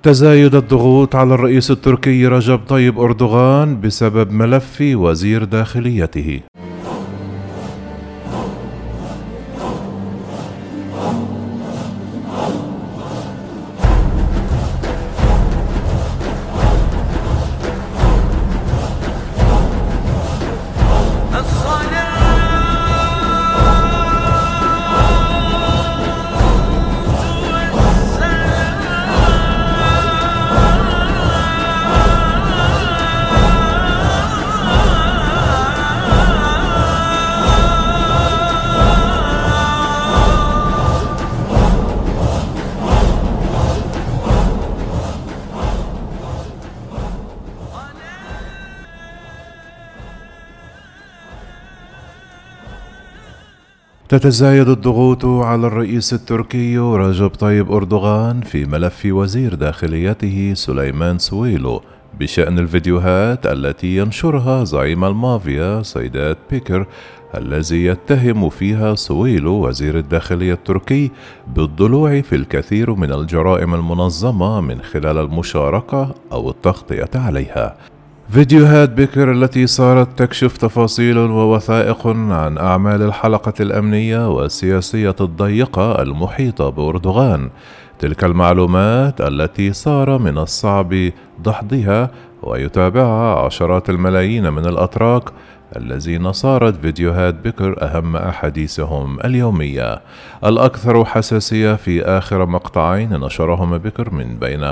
تزايد الضغوط على الرئيس التركي رجب طيب أردوغان بسبب ملف وزير داخليته. تتزايد الضغوط على الرئيس التركي رجب طيب أردوغان في ملف وزير داخليته سليمان سويلو بشأن الفيديوهات التي ينشرها زعيم المافيا سيدات بيكر، الذي يتهم فيها سويلو وزير الداخلية التركي بالضلوع في الكثير من الجرائم المنظمة من خلال المشاركة أو التغطية عليها. فيديوهات بيكر التي صارت تكشف تفاصيل ووثائق عن أعمال الحلقة الأمنية والسياسية الضيقة المحيطة بأردوغان، تلك المعلومات التي صار من الصعب دحضها ويتابعها عشرات الملايين من الأتراك الذين صارت فيديوهات بيكر أهم أحاديثهم اليومية. الأكثر حساسية في آخر مقطعين نشرهما بيكر من بين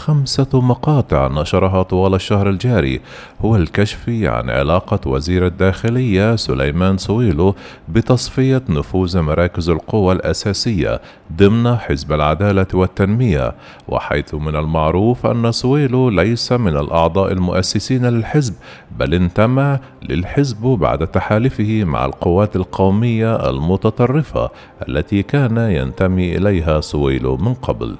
5 مقاطع نشرها طوال الشهر الجاري هو الكشف عن علاقة وزير الداخلية سليمان سويلو بتصفية نفوذ مراكز القوى الأساسية ضمن حزب العدالة والتنمية، وحيث من المعروف أن سويلو ليس من الأعضاء المؤسسين للحزب بل انتمى للحزب بعد تحالفه مع القوات القومية المتطرفة التي كان ينتمي إليها سويلو من قبل.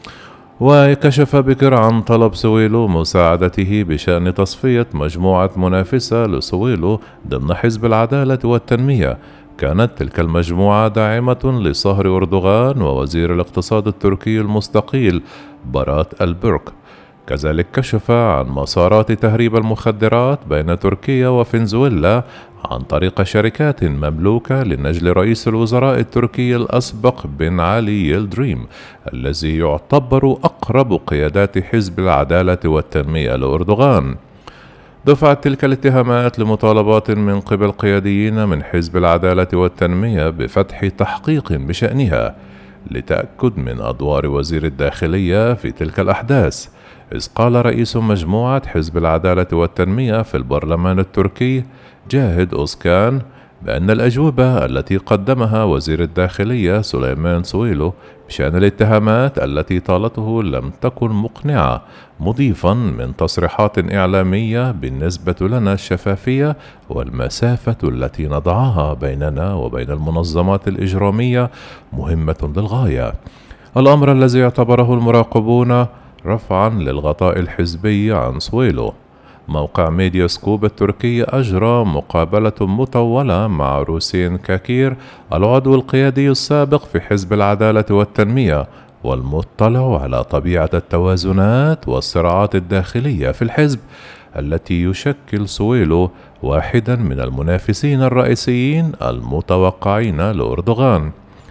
وكشف بكر عن طلب سويلو مساعدته بشأن تصفية مجموعة منافسة لسويلو ضمن حزب العدالة والتنمية، كانت تلك المجموعة داعمة لصهر أردوغان ووزير الاقتصاد التركي المستقيل برات البرك. كذلك كشف عن مسارات تهريب المخدرات بين تركيا وفنزويلا عن طريق شركات مملوكة لنجل رئيس الوزراء التركي الأسبق بن علي يلدريم، الذي يعتبر أقرب قيادات حزب العدالة والتنمية لأردوغان. دفعت تلك الاتهامات لمطالبات من قبل قياديين من حزب العدالة والتنمية بفتح تحقيق بشأنها لتأكد من أدوار وزير الداخلية في تلك الأحداث، إذ قال رئيس مجموعة حزب العدالة والتنمية في البرلمان التركي جاهد أوزكان بأن الأجوبة التي قدمها وزير الداخلية سليمان سويلو بشأن الاتهامات التي طالته لم تكن مقنعة، مضيفا من تصريحات إعلامية بالنسبة لنا الشفافية والمسافة التي نضعها بيننا وبين المنظمات الإجرامية مهمة للغاية، الأمر الذي اعتبره المراقبون رفعا للغطاء الحزبي عن سويلو. موقع ميديا سكوب التركي أجرى مقابلة مطولة مع روسين كاكير العضو القيادي السابق في حزب العدالة والتنمية والمطلع على طبيعة التوازنات والصراعات الداخلية في الحزب، التي يشكل سويلو واحدا من المنافسين الرئيسيين المتوقعين لأردوغان.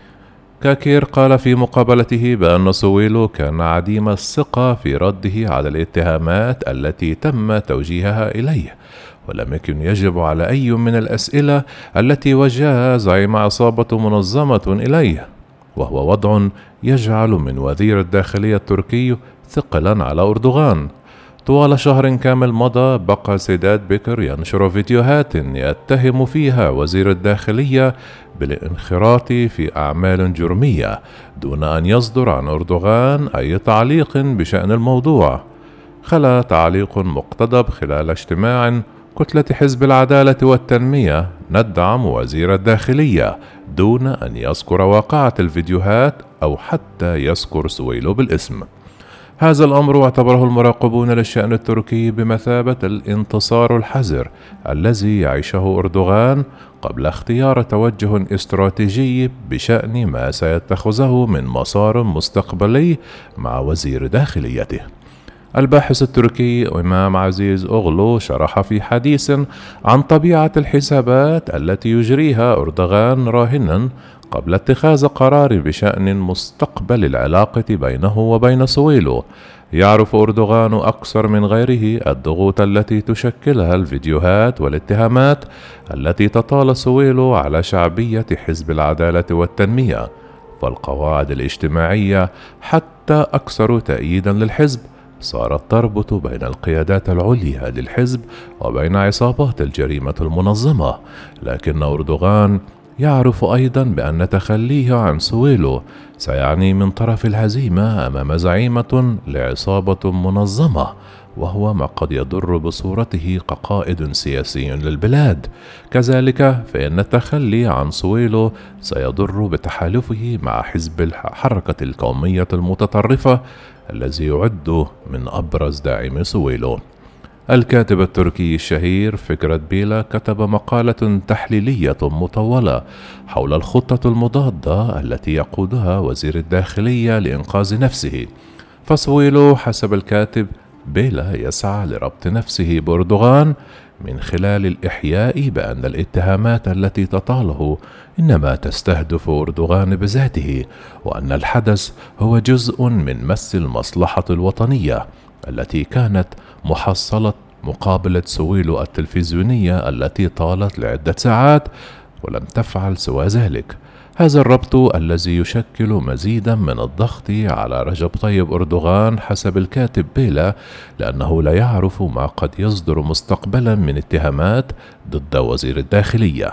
كاكير قال في مقابلته بأن سويلو كان عديم الثقة في رده على الاتهامات التي تم توجيهها إليه، ولم يكن يجب على أي من الأسئلة التي وجهها زعيم عصابة منظمة إليه، وهو وضع يجعل من وزير الداخلية التركي ثقلا على أردوغان. طوال شهر كامل مضى بقى سيدات بيكر ينشر فيديوهات يتهم فيها وزير الداخلية بالانخراط في أعمال جرمية دون أن يصدر عن أردوغان أي تعليق بشأن الموضوع. خلا تعليق مقتضب خلال اجتماع كتلة حزب العدالة والتنمية ندعم وزير الداخلية دون أن يذكر واقعة الفيديوهات أو حتى يذكر سويلو بالاسم. هذا الأمر اعتبره المراقبون للشأن التركي بمثابة الانتصار الحذر الذي يعيشه أردوغان قبل اختيار توجه استراتيجي بشأن ما سيتخذه من مسار مستقبلي مع وزير داخليته. الباحث التركي إمام عزيز أوغلو شرح في حديث عن طبيعة الحسابات التي يجريها أردوغان راهنا قبل اتخاذ قرار بشأن مستقبل العلاقة بينه وبين سويلو. يعرف أردوغان أكثر من غيره الضغوط التي تشكلها الفيديوهات والاتهامات التي تطال سويلو على شعبية حزب العدالة والتنمية، فالقواعد الاجتماعية حتى أكثر تأييدا للحزب صارت تربط بين القيادات العليا للحزب وبين عصابات الجريمة المنظمة. لكن أردوغان يعرف أيضا بأن تخليه عن سويلو سيعني من طرف الهزيمة أمام زعيمة لعصابة منظمة، وهو ما قد يضر بصورته كقائد سياسي للبلاد. كذلك فإن التخلي عن سويلو سيضر بتحالفه مع حزب الحركة القومية المتطرفة الذي يعد من أبرز داعمي سويلو. الكاتب التركي الشهير فكرت بيلا كتب مقالة تحليلية مطولة حول الخطة المضادة التي يقودها وزير الداخلية لإنقاذ نفسه. فسويلو حسب الكاتب بيلا يسعى لربط نفسه بأردوغان من خلال الإحياء بأن الاتهامات التي تطاله إنما تستهدف أردوغان بذاته، وأن الحدث هو جزء من مس المصلحة الوطنية التي كانت محصلة مقابلة سويلو التلفزيونية التي طالت لعدة ساعات ولم تفعل سوى ذلك. هذا الربط الذي يشكل مزيدا من الضغط على رجب طيب أردوغان حسب الكاتب بيلا، لأنه لا يعرف ما قد يصدر مستقبلا من اتهامات ضد وزير الداخلية.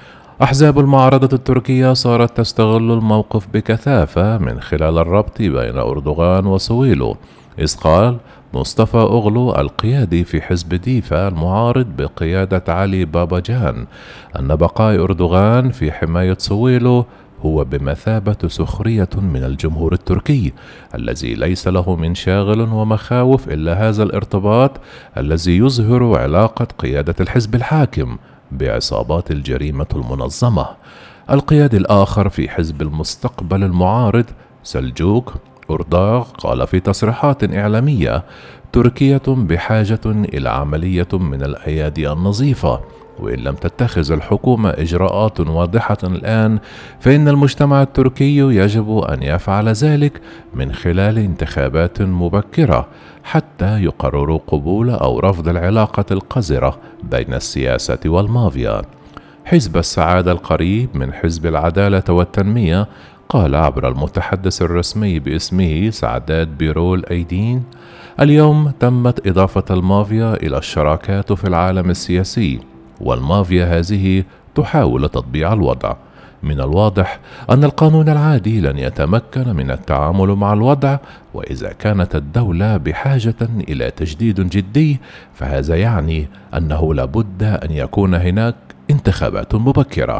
أحزاب المعارضة التركية صارت تستغل الموقف بكثافة من خلال الربط بين أردوغان وسويلو، إذ قال مصطفى أوغلو القيادي في حزب ديفا المعارض بقيادة علي باباجان أن بقاء أردوغان في حماية سويلو هو بمثابة سخرية من الجمهور التركي الذي ليس له من شاغل ومخاوف إلا هذا الارتباط الذي يظهر علاقة قيادة الحزب الحاكم بعصابات الجريمة المنظمة. القيادي الآخر في حزب المستقبل المعارض سلجوق أرداغ قال في تصريحات إعلامية: تركيا بحاجة إلى عملية من الأيادي النظيفة، وإن لم تتخذ الحكومة إجراءات واضحة الآن فإن المجتمع التركي يجب أن يفعل ذلك من خلال انتخابات مبكرة حتى يقرروا قبول أو رفض العلاقة القذرة بين السياسة والمافيا. حزب السعادة القريب من حزب العدالة والتنمية قال عبر المتحدث الرسمي باسمه سعدات بيرول أيدين: اليوم تمت إضافة المافيا إلى الشراكات في العالم السياسي، والمافيا هذه تحاول تطبيع الوضع. من الواضح أن القانون العادي لن يتمكن من التعامل مع الوضع، وإذا كانت الدولة بحاجة إلى تجديد جدي فهذا يعني أنه لابد أن يكون هناك انتخابات مبكرة.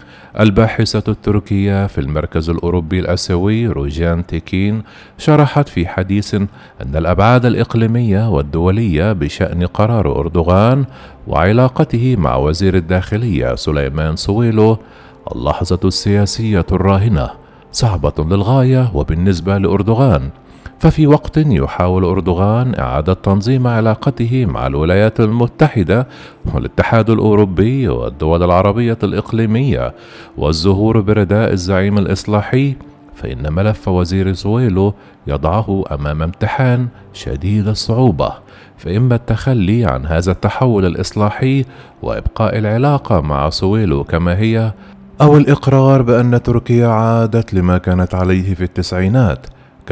الباحثة التركية في المركز الأوروبي الآسيوي روجان تيكين شرحت في حديث أن الأبعاد الإقليمية والدولية بشأن قرار أردوغان وعلاقته مع وزير الداخلية سليمان سويلو اللحظة السياسية الراهنة صعبة للغاية وبالنسبة لأردوغان. ففي وقت يحاول أردوغان إعادة تنظيم علاقته مع الولايات المتحدة والاتحاد الأوروبي والدول العربية الإقليمية والظهور برداء الزعيم الإصلاحي، فإن ملف وزير سويلو يضعه أمام امتحان شديد الصعوبة، فإما التخلي عن هذا التحول الإصلاحي وإبقاء العلاقة مع سويلو كما هي، أو الإقرار بأن تركيا عادت لما كانت عليه في التسعينات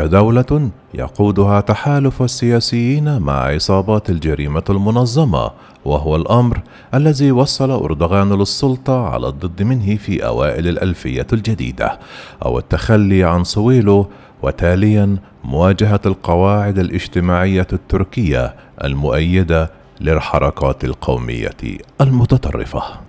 كدولة يقودها تحالف السياسيين مع عصابات الجريمة المنظمة، وهو الأمر الذي وصل أردوغان للسلطة على الضد منه في أوائل الألفية الجديدة، أو التخلي عن سويلو وتاليا مواجهة القواعد الاجتماعية التركية المؤيدة للحركات القومية المتطرفة.